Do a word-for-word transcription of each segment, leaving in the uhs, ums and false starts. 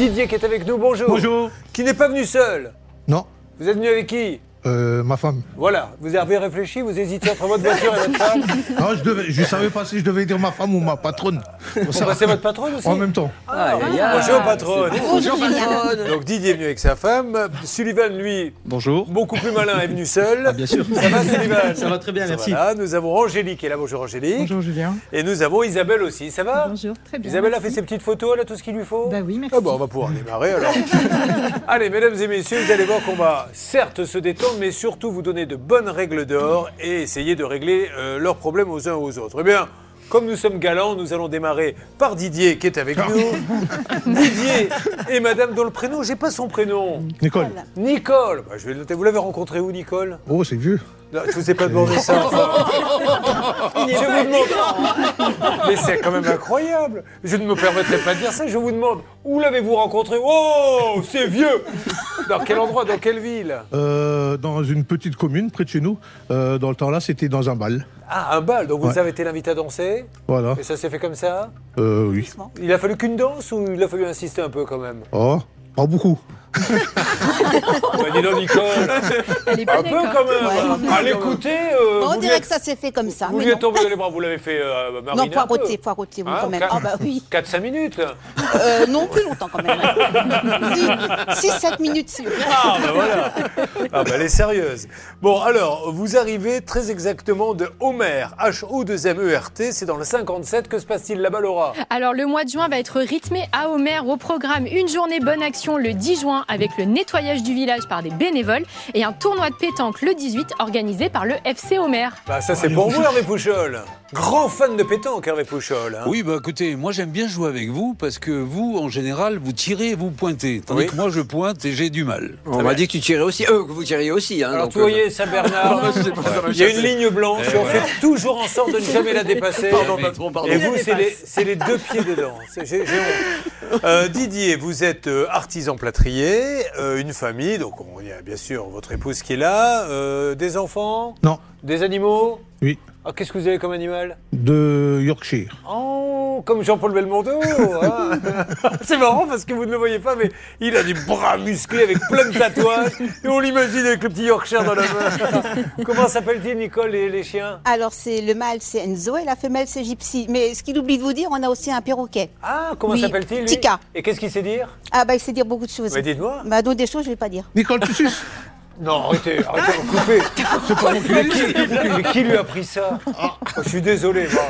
Didier qui est avec nous, bonjour. Bonjour. Qui n'est pas venu seul. Non. Vous êtes venu avec qui? Euh, ma femme. Voilà, vous avez réfléchi, vous hésitiez entre votre voiture et votre femme. Non, je ne savais pas si je devais dire ma femme ou ma patronne. Vous passez votre patronne aussi? En même temps. Ah, ah, bonjour patronne. Bonjour patronne. Donc Didier est venu avec sa femme. Sullivan, lui, bonjour. Beaucoup plus malin, est venu seul. Ah, bien sûr. Ça va Sullivan? Ça va très bien, merci. Voilà, nous avons Angélique qui est là. Bonjour Angélique. Bonjour Julien. Et nous avons Isabelle aussi. Ça va? Bonjour, très bien. Isabelle merci. a fait ses petites photos, elle a tout ce qu'il lui faut? Bah oui, merci. Ah bon, on va pouvoir démarrer alors. Allez, mesdames et messieurs, vous allez voir qu'on va certes se détendre, mais surtout vous donner de bonnes règles d'or et essayer de régler euh, leurs problèmes aux uns aux autres. Eh bien, comme nous sommes galants, nous allons démarrer par Didier qui est avec nous. Didier et madame dont le prénom, j'ai pas son prénom. Nicole. Nicole. Bah, je vais le noter. Vous l'avez rencontré où, Nicole? Oh, c'est vieux. Non, je vous ai pas demandé ça. Enfin. Je vous demande. Mais c'est quand même incroyable. Je ne me permettrai pas de dire ça. Je vous demande, où l'avez-vous rencontré? Oh, c'est vieux. Dans quel endroit? Dans quelle ville? euh, Dans une petite commune près de chez nous. Euh, dans le temps-là, c'était dans un bal. Ah, un bal. Donc vous Ouais. avez été l'invité à danser? Voilà. Et ça s'est fait comme ça? Euh, oui. Il a fallu qu'une danse ou il a fallu insister un peu quand même? Oh, pas beaucoup. Bah, dis donc, Nicole. Elle est Un pas peu d'accord. quand même. Ouais. À l'écouter. Euh, On vous lui dirait êtes- que ça s'est fait comme ça. Vous mais lui non. êtes tombé dans les bras, vous l'avez fait euh, mariner Non, un peu. poireauter, poireauter, oui, Hein, quand même. quatre- Ah bah oui. quatre cinq minutes. Euh, non, plus longtemps quand même. six sept minutes sûr. Ah bah voilà. Ah bah elle est sérieuse. Bon alors, vous arrivez très exactement de Homer, H O deux M E R T, c'est dans le cinquante-sept. Que se passe-t-il là-bas, Laura? Alors le mois de juin va être rythmé à Homer. Au programme, une journée bonne action le dix juin avec le nettoyage du village par des bénévoles et un tournoi de pétanque le dix-huit organisé par le F C Homer. Bah ça c'est pour vous, Hervé Pouchol. Grand fan de pétanque, Hervé Pouchol. Hein. Oui, bah écoutez, moi j'aime bien jouer avec vous parce que vous, en général, vous tirez et vous pointez. Tandis Oui. que moi je pointe et j'ai du mal. On m'a dit que tu tirais aussi, euh, que vous tiriez aussi. Hein, Alors donc, vous voyez, Saint-Bernard, il y a une ligne blanche et on fait toujours en sorte de ne jamais la dépasser. Pardon, patron, pardon. Et vous, c'est les, c'est les deux pieds dedans. C'est- J'ai, j'ai honte. Euh, Didier, vous êtes euh, artisan plâtrier, euh, une famille, donc on- il y a bien sûr votre épouse qui est là, euh, des enfants, Non. des animaux. Oui. Ah, qu'est-ce que vous avez comme animal? De Yorkshire. Oh, comme Jean-Paul Belmondo. Hein. C'est marrant parce que vous ne le voyez pas, mais il a des bras musclés avec plein de tatouages. Et on l'imagine avec le petit Yorkshire dans la main. Comment s'appelle-t-il, Nicole, les, les chiens? Alors, c'est le mâle, c'est Enzo, et la femelle, c'est Gypsy. Mais ce qu'il oublie de vous dire, on a aussi un perroquet. Ah, comment Oui, s'appelle-t-il, lui? Tika. Et qu'est-ce qu'il sait dire? Ah bah, il sait dire beaucoup de choses. Mais dites-moi. Bah, donc des choses, je vais pas dire. Nicole, tu suces? Non, arrêtez, arrêtez, coupez. C'est pas moi qui mais, qui, mais qui lui a pris ça? Oh, je suis désolé, moi.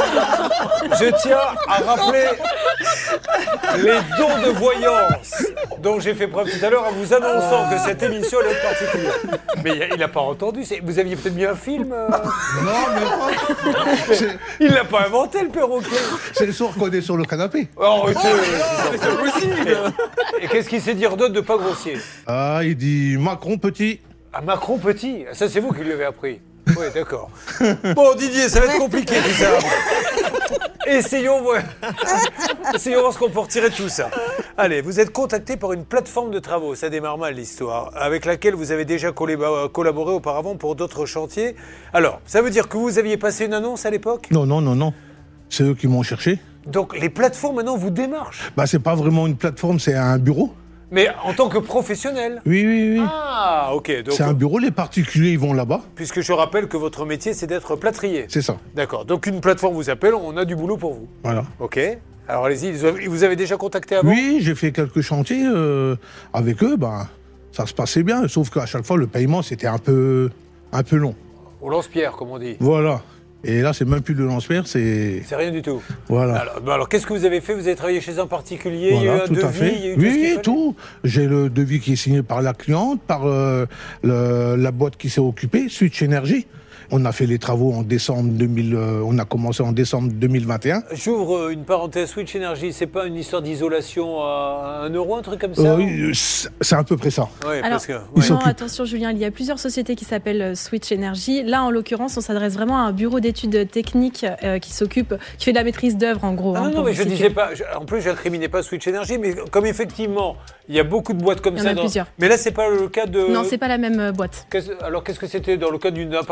Je tiens à rappeler les dons de voyance dont j'ai fait preuve tout à l'heure en vous annonçant que cette émission allait être particulière. Mais il n'a pas entendu. c'est- Vous aviez peut-être mis un film euh Non, mais pas. C'est- Il l'a pas inventé, le perroquet. C'est le soir qu'on est sur le canapé. Oh, arrêtez. C'est possible. Et, et qu'est-ce qu'il sait dire d'autre de pas grossier? Ah, il dit Macron petit. Ah, Macron petit. Ça, c'est vous qui lui avez appris. Oui, d'accord. Bon, Didier, ça va être compliqué tout ça. Essayons, ouais. Essayons voir ce qu'on peut retirer de tout ça. Allez, vous êtes contacté par une plateforme de travaux, ça démarre mal l'histoire, avec laquelle vous avez déjà collab- collaboré auparavant pour d'autres chantiers. Alors, ça veut dire que vous aviez passé une annonce à l'époque? Non, non, non, non. C'est eux qui m'ont cherché. Donc les plateformes maintenant vous démarchent. Bah, c'est pas vraiment une plateforme, c'est un bureau. Mais en tant que professionnel? Oui, oui, oui. Ah, ok. Donc, C'est un bureau, les particuliers, ils vont là-bas. puisque je rappelle que votre métier, c'est d'être plâtrier. C'est ça. D'accord. Donc une plateforme vous appelle, on a du boulot pour vous. Voilà. Ok. Alors allez-y, ils vous avez déjà contacté avant? Oui, j'ai fait quelques chantiers euh, avec eux, ben, ça se passait bien, sauf qu'à chaque fois, le paiement, c'était un peu, un peu long. Au lance-pierre, comme on dit. Voilà. Et là, c'est même plus le lance-pierre, c'est... C'est rien du tout. Voilà. Alors, bah alors, qu'est-ce que vous avez fait? Vous avez travaillé chez un particulier, il y a eu Voilà, un tout à devis, fait. il y a eu tout ce qu'il Oui, fallait? tout. J'ai le devis qui est signé par la cliente, par euh, le- la boîte qui s'est occupée, Switch Energy. On a fait les travaux en décembre deux mille, euh, on a commencé en décembre deux mille vingt et un. J'ouvre euh, une parenthèse, Switch Energy, c'est pas une histoire d'isolation à un euro, un truc comme ça? Euh, oui, c'est c'est à peu près ça. Ouais, Alors, parce que, Ils ouais. sont- non, s'occupe. attention Julien, il y a plusieurs sociétés qui s'appellent euh, Switch Energy. Là, en l'occurrence, on s'adresse vraiment à un bureau d'études techniques euh, qui s'occupe, qui fait de la maîtrise d'œuvre en gros. Ah hein, non, non, pour mais vous je situer. disais pas. je- en plus, j'incriminais pas Switch Energy, mais comme effectivement, il y a beaucoup de boîtes comme Il y en ça. a dans- plusieurs. Mais là, c'est pas le cas de. Non, c'est pas la même euh, boîte. Qu'est-ce- Alors, qu'est-ce que c'était dans le cas d'une d'un particulier? Bah,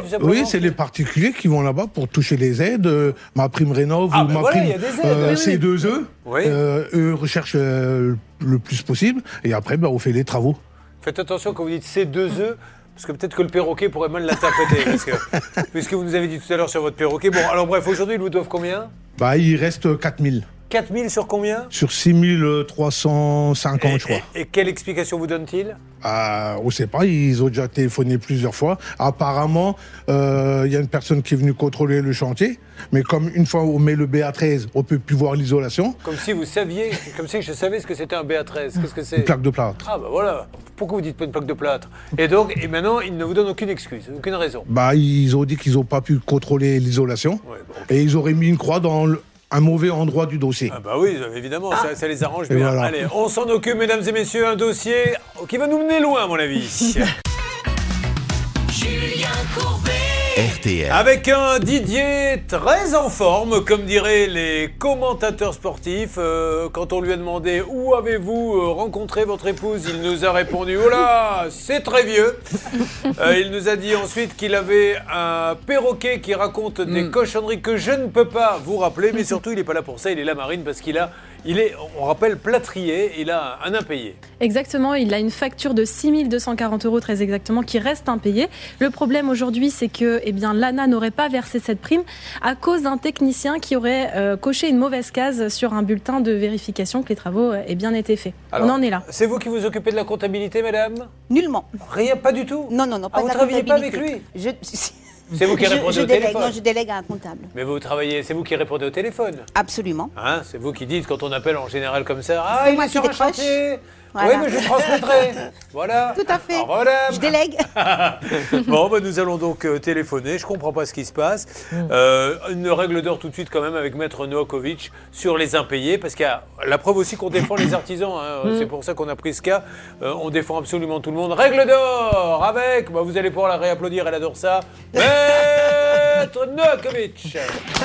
tout simplement. Oui, c'est les particuliers qui vont là-bas pour toucher les aides, euh, ma prime rénov Ah, ou ben ma voilà, prime il y a des aides, euh, oui, oui. C deux E. Oui. Euh, eux recherchent euh, le plus possible et après, ben, on fait les travaux. Faites attention quand vous dites C deux E, parce que peut-être que le perroquet pourrait mal l'interpréter. parce que, puisque vous nous avez dit tout à l'heure sur votre perroquet. Bon, alors bref, aujourd'hui, ils vous doivent combien? Bah, il reste quatre mille. quatre mille sur combien? Sur six mille trois cent cinquante, et, je crois. Et, et quelle explication vous donne-t-il? Ah, on ne sait pas, ils ont déjà téléphoné plusieurs fois. Apparemment, il euh, y a une personne qui est venue contrôler le chantier, mais comme une fois on met le B A treize, on ne peut plus voir l'isolation. Comme si vous saviez, comme si je savais ce que c'était un B A treize. Qu'est-ce que c'est? Une plaque de plâtre. Ah bah voilà. Pourquoi vous dites pas une plaque de plâtre? Et donc, et maintenant, ils ne vous donnent aucune excuse, aucune raison. Bah, ils ont dit qu'ils n'ont pas pu contrôler l'isolation, Ouais, bon. et ils auraient mis une croix dans le, un mauvais endroit du dossier. Ah bah oui, évidemment, ça, ça les arrange Et bien. voilà. Allez, on s'en occupe, mesdames et messieurs, un dossier qui va nous mener loin, à mon avis. Julien Courbet. R T L. Avec un Didier très en forme, comme diraient les commentateurs sportifs. Euh, quand on lui a demandé où avez-vous euh, rencontré votre épouse, il nous a répondu oh là, c'est très vieux. Euh, il nous a dit ensuite qu'il avait un perroquet qui raconte des Mm. cochonneries que je ne peux pas vous rappeler, mais surtout il n'est pas là pour ça, il est là Marine parce qu'il a, il est, on rappelle plâtrier, il a un impayé. Exactement, il a une facture de six mille deux cent quarante euros très exactement qui reste impayée. Le problème aujourd'hui, c'est que eh bien, l'A N A n'aurait pas versé cette prime à cause d'un technicien qui aurait euh, coché une mauvaise case sur un bulletin de vérification que les travaux euh, aient bien été faits. Alors, On en est là. C'est vous qui vous occupez de la comptabilité, madame? Nullement. Rien, pas du tout? Non, non, non, pas Ah, de vous la travaillez pas avec comptabilité. lui? Je, C'est vous qui je- répondez je au délègue, téléphone? Non, je délègue à un comptable. Mais vous travaillez, c'est vous qui répondez au téléphone? Absolument. Hein, c'est vous qui dites quand on appelle en général comme ça, ah C'est il moi est qui sur un décroche. chantier. Voilà. Oui, mais je transmettrai. Voilà. Tout à fait. Au revoir, madame. Je délègue. Bon, bah, nous allons donc euh, téléphoner. Je comprends pas ce qui se passe. Euh, une règle d'or tout de suite quand même avec Maître Novakovic sur les impayés, parce qu'il y a la preuve aussi qu'on défend les artisans. Hein. C'est pour ça qu'on a pris ce cas. Euh, on défend absolument tout le monde. Règle d'or avec, bah, vous allez pouvoir la réapplaudir, elle adore ça. Maître Novakovic.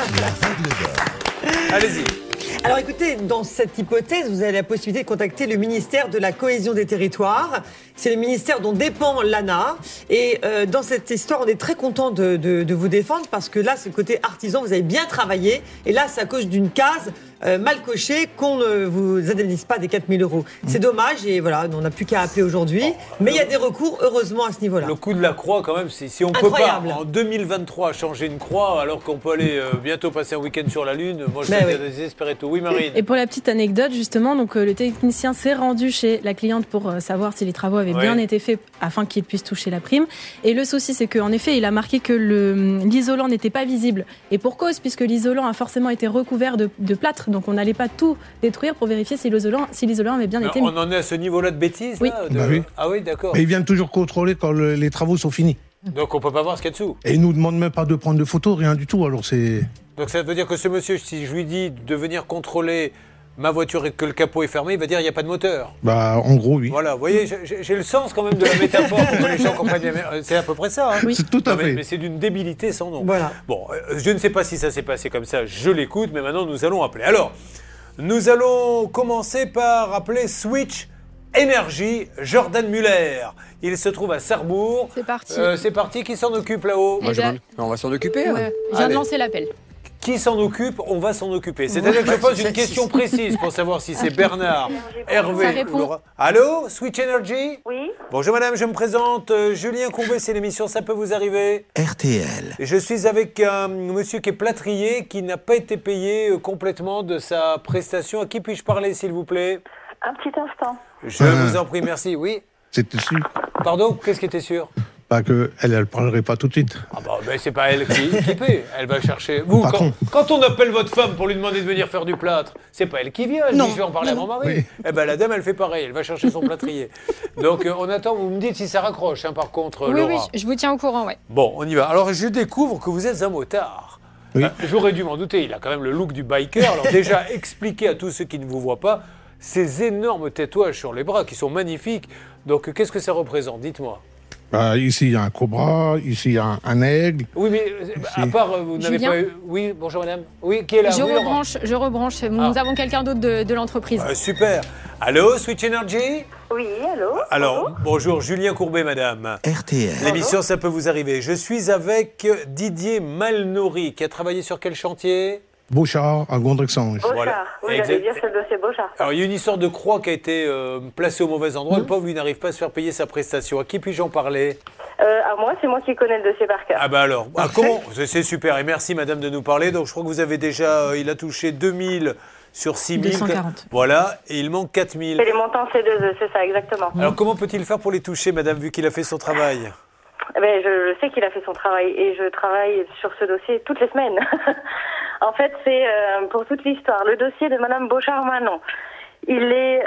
Allez-y. Alors écoutez, dans cette hypothèse, vous avez la possibilité de contacter le ministère de la Cohésion des Territoires. C'est le ministère dont dépend l'A N A. Et euh, dans cette histoire, on est très content de, de, de vous défendre parce que là, c'est le côté artisan, vous avez bien travaillé. Et là, c'est à cause d'une case euh, mal cochée qu'on ne vous indemnise pas des quatre mille euros. C'est dommage et voilà, on n'a plus qu'à appeler aujourd'hui. Mais il y a des recours, heureusement, à ce niveau-là. Le coup de la croix, quand même, c'est si on Incroyable. peut pas en deux mille vingt-trois changer une croix alors qu'on peut aller euh, bientôt passer un week-end sur la Lune, moi je Ben suis oui. désespéré tout. Oui, Marine. Et pour la petite anecdote, justement, donc euh, le technicien s'est rendu chez la cliente pour euh, savoir si les travaux avaient Ouais. bien été faits afin qu'il puisse toucher la prime. Et le souci, c'est qu'en effet, il a marqué que le- l'isolant n'était pas visible. Et pour cause, puisque l'isolant a forcément été recouvert de, de plâtre, donc on n'allait pas tout détruire pour vérifier si l'isolant si l'isolant avait bien Mais été on mis. en est à ce niveau-là de bêtises Oui. là, de- Bah oui. Ah oui, d'accord. Mais ils viennent toujours contrôler quand le- les travaux sont finis. Donc on peut pas voir ce qu'il y a dessous. Et ils nous demandent même pas de prendre de photos, rien du tout. Alors c'est... Donc ça veut dire que ce monsieur, si je lui dis de venir contrôler ma voiture et que le capot est fermé, il va dire il n'y a pas de moteur. Bah, en gros, oui. Voilà, vous voyez, j'ai j'ai le sens quand même de la métaphore pour que les gens comprennent bien. Mais, euh, C'est à peu près ça. Hein. Oui. C'est tout à Non, mais fait. mais c'est d'une débilité sans nom. Voilà. Bon, euh, je ne sais pas si ça s'est passé comme ça, je l'écoute, mais maintenant nous allons appeler. Alors, nous allons commencer par appeler Switch Energy Jordan Muller. Il se trouve à Sarrebourg. C'est parti. Euh, c'est parti, qui s'en occupe là-haut? Eh Moi, je ben, m'en- on va s'en occuper. hein. ouais, je viens Allez. de lancer l'appel. Qui s'en occupe? On va s'en occuper. C'est-à-dire que je pose une question précise pour savoir si c'est Bernard, Hervé Ça ou répond. Laura. Allô, Switch Energy? Oui, Bonjour madame, je me présente. euh, Julien Courbet, c'est l'émission Ça peut vous arriver. R T L. Je suis avec un monsieur qui est plâtrier, qui n'a pas été payé euh, complètement de sa prestation. À qui puis-je parler, s'il vous plaît? un petit instant. Je Euh. vous en prie, merci. Oui. C'était sûr. Pardon, qu'est-ce qui était sûr? Pas que elle, elle parlerait pas tout de suite. Ah bah, ben, c'est pas elle qui, qui paie. Elle va chercher. Vous, quand, Patron. quand on appelle votre femme pour lui demander de venir faire du plâtre, c'est pas elle qui vient. Elle Non, dit je vais en parler non, à mon mari. Oui. Eh ben la dame, elle fait pareil. Elle va chercher son plâtrier. Donc euh, on attend. Vous me dites si ça raccroche, hein, par contre, Oui, Laura. oui, je je vous tiens au courant, ouais. Bon, on y va. Alors je découvre que vous êtes un motard. Oui. Euh, J'aurais dû m'en douter. Il a quand même le look du biker. Alors déjà, expliquez à tous ceux qui ne vous voient pas ces énormes tatouages sur les bras qui sont magnifiques. Donc qu'est-ce que ça représente? Dites-moi. Bah, ici, il y a un cobra, ici, il y a un, un aigle. Oui, mais à part, vous n'avez Julien pas eu... Oui, bonjour madame. Oui, qui est là? Je Oui, Laurent. rebranche, je rebranche. Nous Ah. avons quelqu'un d'autre de, de l'entreprise. Ah, super. Allô, Switch Energy? Oui, allô? Alors, Bonjour. bonjour, Julien Courbet, madame. R T L. L'émission, ça peut vous arriver. Je suis avec Didier Malnori, qui a travaillé sur quel chantier? Beauchard, à Gondrexange. Beauchard. Voilà. Vous Exact. allez dire c'est le dossier Beauchard. Alors, il y a une histoire de croix qui a été euh, placée au mauvais endroit. Le pauvre, lui, n'arrive pas à se faire payer sa prestation. À qui puis-je en parler? Euh, à moi, c'est moi qui connais le dossier par cœur. Ah bah alors, ah, comment? C'est c'est super. Et merci, madame, de nous parler. Donc, je crois que vous avez déjà... euh, il a touché deux mille sur six mille. deux cent quarante. Voilà. Et il manque quatre mille. C'est les montants C deux E, c'est ça, exactement. Alors, comment peut-il faire pour les toucher, madame, vu qu'il a fait son travail? Eh ben, je, je sais qu'il a fait son travail et je travaille sur ce dossier toutes les semaines. En fait, c'est euh, pour toute l'histoire. Le dossier de madame Beauchard-Manon, il est...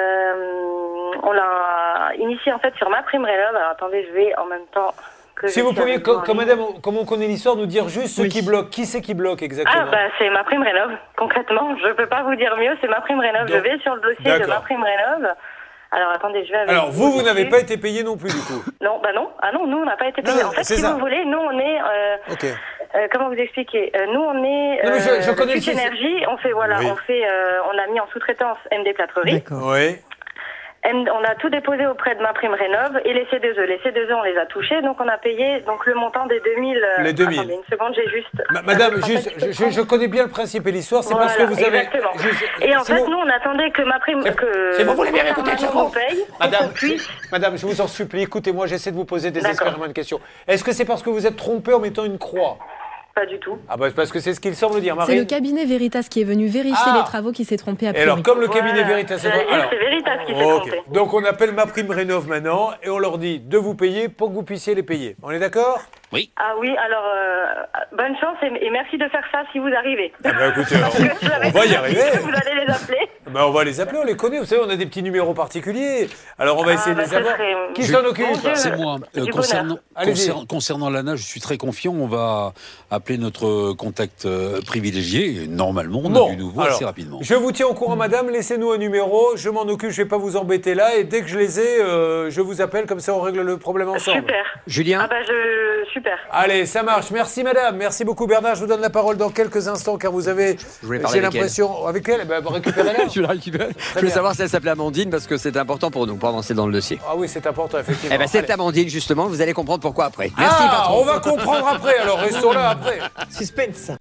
Euh, on l'a initié en fait sur ma prime rénov. Alors attendez, je vais en même temps... Que Si je vous suis pouviez, avec co- moi en comme ligne. madame, comme on connaît l'histoire, nous dire juste ce qui bloque. Qui c'est qui bloque exactement? Ah bah c'est ma prime rénov, concrètement. Je peux pas vous dire mieux, c'est ma prime rénov. Donc, je vais sur le dossier de d'accord. ma prime rénov. Alors attendez, je vais avec Alors, vous, vous dessus. n'avez pas été payé non plus, du coup. Non, bah non. Ah non, nous on n'a pas été payés. Non, En fait, c'est si ça. vous voulez, nous on est... euh, Ok. euh, comment vous expliquer Euh, Nous on est... Non, mais je- je le connais le Switch système. Énergie, on fait, voilà, Oui. on fait... euh, on a mis en sous-traitance M D Plâtrerie. Oui. M- On a tout déposé auprès de ma prime rénov et les C deux E. Les C deux E, on les a touchés, donc on a payé donc le montant des deux mille. euh, Les deux mille. Attendez une seconde, j'ai juste... Ma- madame, En fait, juste, je, je- je connais bien le principe et l'histoire, c'est parce que Voilà, vous avez... exactement. juste- Et en si fait, vous- nous, on attendait que ma prime... Si- que si vous voulez bien m'écouter une qu'on seconde. paye, Madame, qu'on puisse... madame, je vous en supplie, écoutez-moi, j'essaie de vous poser D'accord. désespérément une question. Est-ce que c'est parce que vous êtes trompé en mettant une croix? Pas du tout. Ah bah parce que c'est ce qu'il semble dire, C'est Marie. le cabinet Veritas qui est venu vérifier Ah. les travaux qui s'est trompé à Et priori. alors, comme le cabinet Voilà. Veritas... J'allais dire, alors- c'est Veritas qui s'est Ok. trompé. Donc on appelle ma prime rénov maintenant et on leur dit de vous payer pour que vous puissiez les payer. On est d'accord? Ah oui, alors, euh, bonne chance et, et merci de faire ça si vous arrivez. Ah bah écoutez, alors, Parce que je l'avais on va y dit arriver. que Vous allez les appeler. Bah on va les appeler, on les connaît, vous savez, on a des petits numéros particuliers. Alors on va Ah, essayer bah, de les ça avoir. serait, Qui je- s'en occupe? Mon Dieu. C'est moi. Du Euh, bonheur. concernant, Allez-y. concernant, concernant l'A N A, je suis très confiant. On va appeler notre contact euh, privilégié. Et normalement, on Bon, a du nouveau alors, assez rapidement. Je vous tiens au courant, madame. Laissez-nous un numéro. Je m'en occupe. Je vais pas vous embêter là. Et dès que je les ai, euh, je vous appelle. Comme ça, on règle le problème ensemble. Super. Julien Ah bah je... Super. Allez, ça marche. Merci, madame. Merci beaucoup, Bernard. Je vous donne la parole dans quelques instants, car vous avez. voulais parler J'ai avec l'impression. Avec elle, ben, récupérez-la. Je vais la récupérer. Je voulais bien. savoir si elle s'appelait Amandine parce que c'est important pour nous, pour avancer dans le dossier. Ah oui, c'est important, effectivement. Eh ben c'est Allez. Amandine justement, vous allez comprendre pourquoi après. Merci Ah, patron. on va comprendre après. Alors, restons là après. Suspense.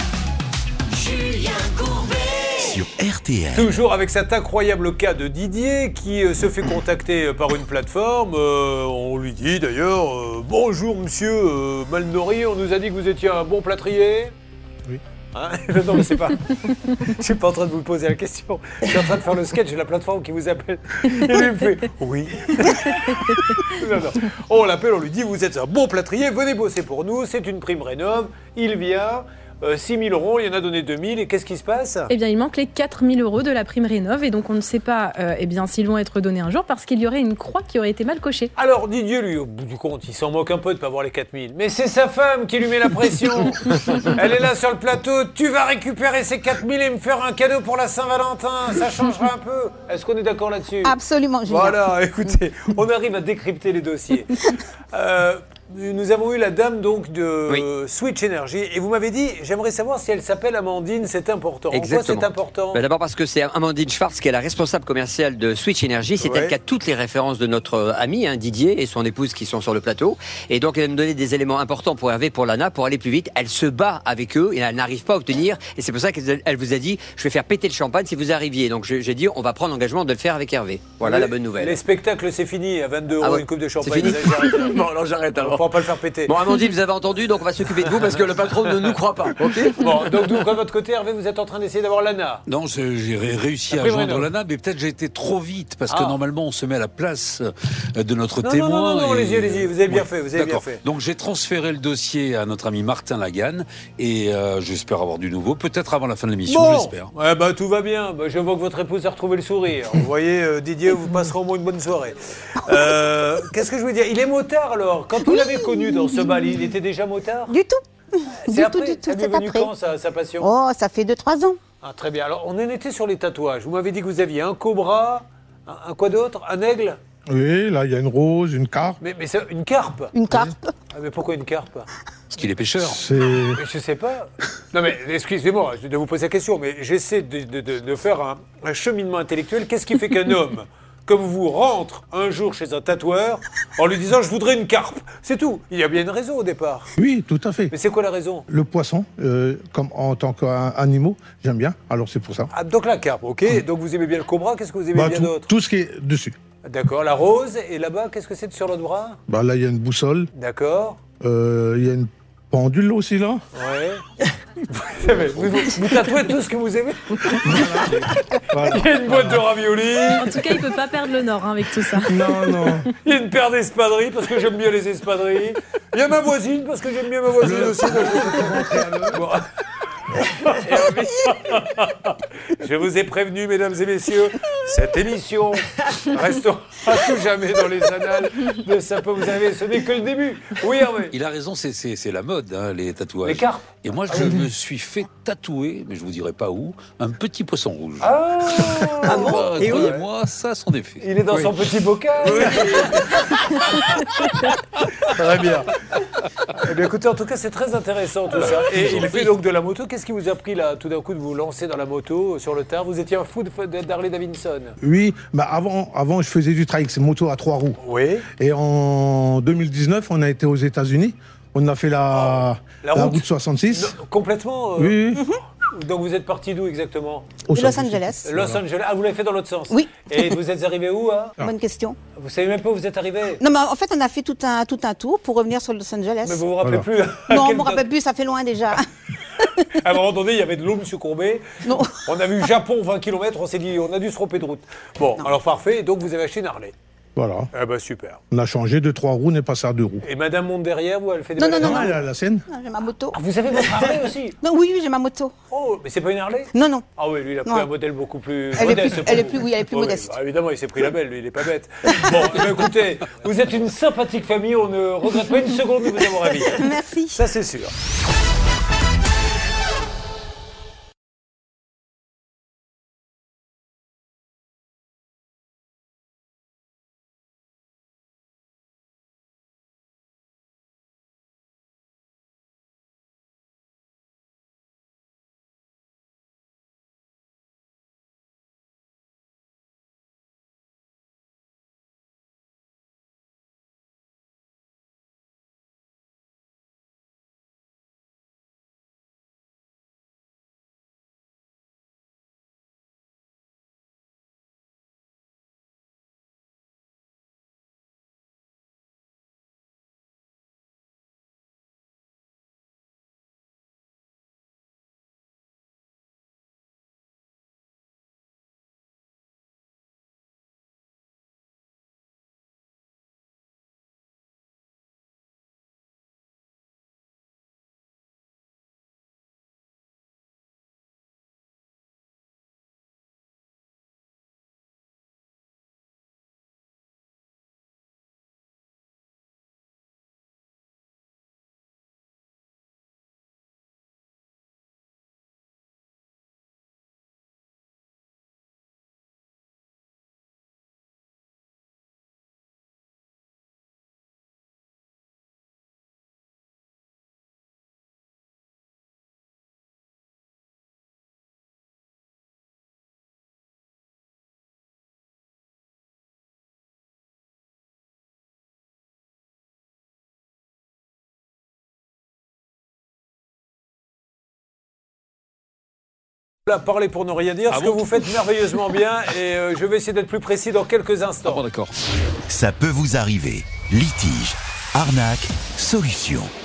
Sur R T L. Toujours avec cet incroyable cas de Didier qui euh, se fait contacter euh, par une plateforme. Euh, on lui dit d'ailleurs euh, bonjour monsieur euh, Malnori, on nous a dit que vous étiez un bon plâtrier. Oui. Hein non mais c'est pas. Je suis pas en train de vous poser la question. Je suis en train de faire le sketch de la plateforme qui vous appelle. Et lui il me fait oui. Non, non. On l'appelle, on lui dit vous êtes un bon plâtrier, venez bosser pour nous, c'est une prime rénov. Il vient. Euh, six mille euros, il y en a donné deux mille, et qu'est-ce qui se passe? Eh bien, il manque les quatre mille euros de la prime rénov et donc on ne sait pas euh, eh bien, s'ils vont être donnés un jour parce qu'il y aurait une croix qui aurait été mal cochée. Alors Didier, lui, au bout du compte, il s'en moque un peu de pas avoir les quatre mille. Mais c'est sa femme qui lui met la pression. Elle est là sur le plateau, tu vas récupérer ces quatre mille et me faire un cadeau pour la Saint-Valentin, ça changera un peu. Est-ce qu'on est d'accord là-dessus? Absolument, Julien. Voilà, écoutez, on arrive à décrypter les dossiers. Euh, nous avons eu la dame donc de Oui. Switch Energy et vous m'avez dit, j'aimerais savoir si elle s'appelle Amandine, c'est important. En quoi Exactement. c'est important? Ben, d'abord parce que c'est Amandine Schwartz qui est la responsable commerciale de Switch Energy. C'est Ouais. elle qui a toutes les références de notre ami hein, Didier et son épouse qui sont sur le plateau. Et donc elle va me donner des éléments importants pour Hervé, pour l'A N A, pour aller plus vite. Elle se bat avec eux et elle n'arrive pas à obtenir. Et c'est pour ça qu'elle elle vous a dit, je vais faire péter le champagne si vous arriviez. Donc je- j'ai dit, on va prendre l'engagement de le faire avec Hervé. Voilà Les- la bonne nouvelle. Les spectacles, c'est fini, à vingt-deux euros Ah ouais. une coupe de champagne. C'est fini vous avez- j'arrête. Bon, alors j'arrête On ne alors. pourra pas le faire péter. Bon, Amandine, vous avez entendu, donc on va s'occuper de vous parce que le patron ne nous croit pas. Ok. Bon, donc, donc, de votre côté, Hervé, vous êtes en train d'essayer d'avoir l'A N A. Non, je- j'ai ré- réussi La à prime joindre rénov. l'A N A, mais peut-être j'ai été trop vite, parce que Ah. normalement on se met à la place euh, de notre Non, non, témoin. non, non, non, et- allez-y, allez-y, vous avez bien Ouais, fait, vous avez bien d'accord. fait. Donc j'ai transféré le dossier à notre ami Martin Laganne, et euh, j'espère avoir du nouveau, peut-être avant la fin de l'émission, Bon, j'espère. ouais, bah, tout va bien. Bah, je vois que votre épouse a retrouvé le sourire. Vous voyez, euh, Didier, vous passerez au moins une bonne soirée. Euh, Qu'est-ce que je veux dire? Il est motard alors. Quand vous l'avez connu dans ce bal, il était déjà motard? Du tout. C'est Du après, tout, du tout, ça lui est c'est venu après. quand, sa, sa passion? Oh, ça fait deux trois ans. Ah, très bien. Alors, on en était sur les tatouages. Vous m'avez dit que vous aviez un cobra, un, un quoi d'autre? Un aigle? Oui, là, il y a une rose, une carpe. Mais, mais c'est une carpe. Une carpe. Ah, mais pourquoi une carpe? Parce qu'il est pêcheur. C'est... Mais je sais pas. Non mais excusez-moi de vous poser la question, mais j'essaie de, de- de- de faire un, un cheminement intellectuel. Qu'est-ce qui fait qu'un homme comme vous rentre un jour chez un tatoueur en lui disant « je voudrais une carpe ». C'est tout. Il y a bien une raison au départ. Oui, tout à fait. Mais c'est quoi la raison? Le poisson, euh, comme en tant qu'animal, j'aime bien, alors c'est pour ça. Ah, donc la carpe, ok. Donc vous aimez bien le cobra, qu'est-ce que vous aimez Bah, bien tout, d'autre? tout ce qui est dessus. D'accord, la rose. Et là-bas, qu'est-ce que c'est sur l'autre bras? Bah, là, il y a une boussole, D'accord. euh, il y a une pendule aussi, là. Ouais. vous, vous- vous tatouez tout ce que vous aimez. Voilà. Il y a une boîte de raviolis. En tout cas, il peut pas perdre le nord hein, avec tout ça. Non, non. Il y a une paire d'espadrilles parce que j'aime bien les espadrilles. Il y a ma voisine parce que j'aime bien ma voisine aussi. donc je- Bon. Je vous ai prévenu, mesdames et messieurs, cette émission restera à tout jamais dans les annales de Ça peut vous arriver. Ce n'est que le début. Oui, Hervé. Il a raison, c'est, c'est, c'est la mode, hein, les tatouages. Les carpes. Et moi, je me suis fait tatouer, mais je vous dirai pas où, un petit poisson rouge. Ah, Ah bon Bah, Et où croyez-moi, ça a son effet. il est dans son petit bocal. Très bien. Eh bien, écoutez, en tout cas, c'est très intéressant tout ça. Et il fait donc de la moto. Qu'est-ce qui vous a pris là, tout d'un coup, de vous lancer dans la moto sur le tard? Vous étiez un fou de- d'Harley Davidson. Oui, bah avant, avant, je faisais du trail, c'est moto à trois roues. Oui. Et en deux mille dix-neuf, on a été aux États-Unis. On a fait la, La la route. route soixante-six. Non, complètement. euh, Oui, oui. Donc vous êtes parti d'où exactement? Au De Los soixante-six. Angeles. Los Angeles. Ah, vous l'avez fait dans l'autre sens? Oui. Et vous êtes arrivé où hein? Bonne question. Vous savez même pas où vous êtes arrivé? Non, mais en fait, on a fait tout un, tout un tour pour revenir sur Los Angeles. Mais vous vous rappelez Voilà. plus? Non, à on quelle me rappelle date? plus, ça fait loin déjà. À un moment donné, il y avait de l'eau, monsieur Courbet. Non. On a vu Japon vingt kilomètres, on s'est dit, on a dû se tromper de route. Bon, alors parfait. Et donc vous avez acheté une Harley. Voilà. Eh ben super. On a changé de trois roues, on est passé à deux roues. Et madame monte derrière, vous, elle fait des Non, non, balades non, à Ah, vélo? la, la Seine. Ah, j'ai ma moto. Ah, vous avez votre Harley aussi? Non, oui, oui, j'ai ma moto. Oh, mais c'est pas une Harley? Non, non. Ah oui, lui, il a pris Non. un modèle beaucoup plus Elle est modeste. plus- pour elle est vous. plus- oui, elle est plus Oh, modeste. bah, évidemment, il s'est pris la belle, lui, il est pas bête. Bon, eh bien, écoutez, vous êtes une sympathique famille, on ne regrette pas une seconde de vous avoir invité. Merci. Ça, c'est sûr. Là, parlez pour ne rien dire, Ah ce bon que vous faites merveilleusement bien, et euh, je vais essayer d'être plus précis dans quelques instants. Ah bon, d'accord. Ça peut vous arriver. Litige, arnaque, solution.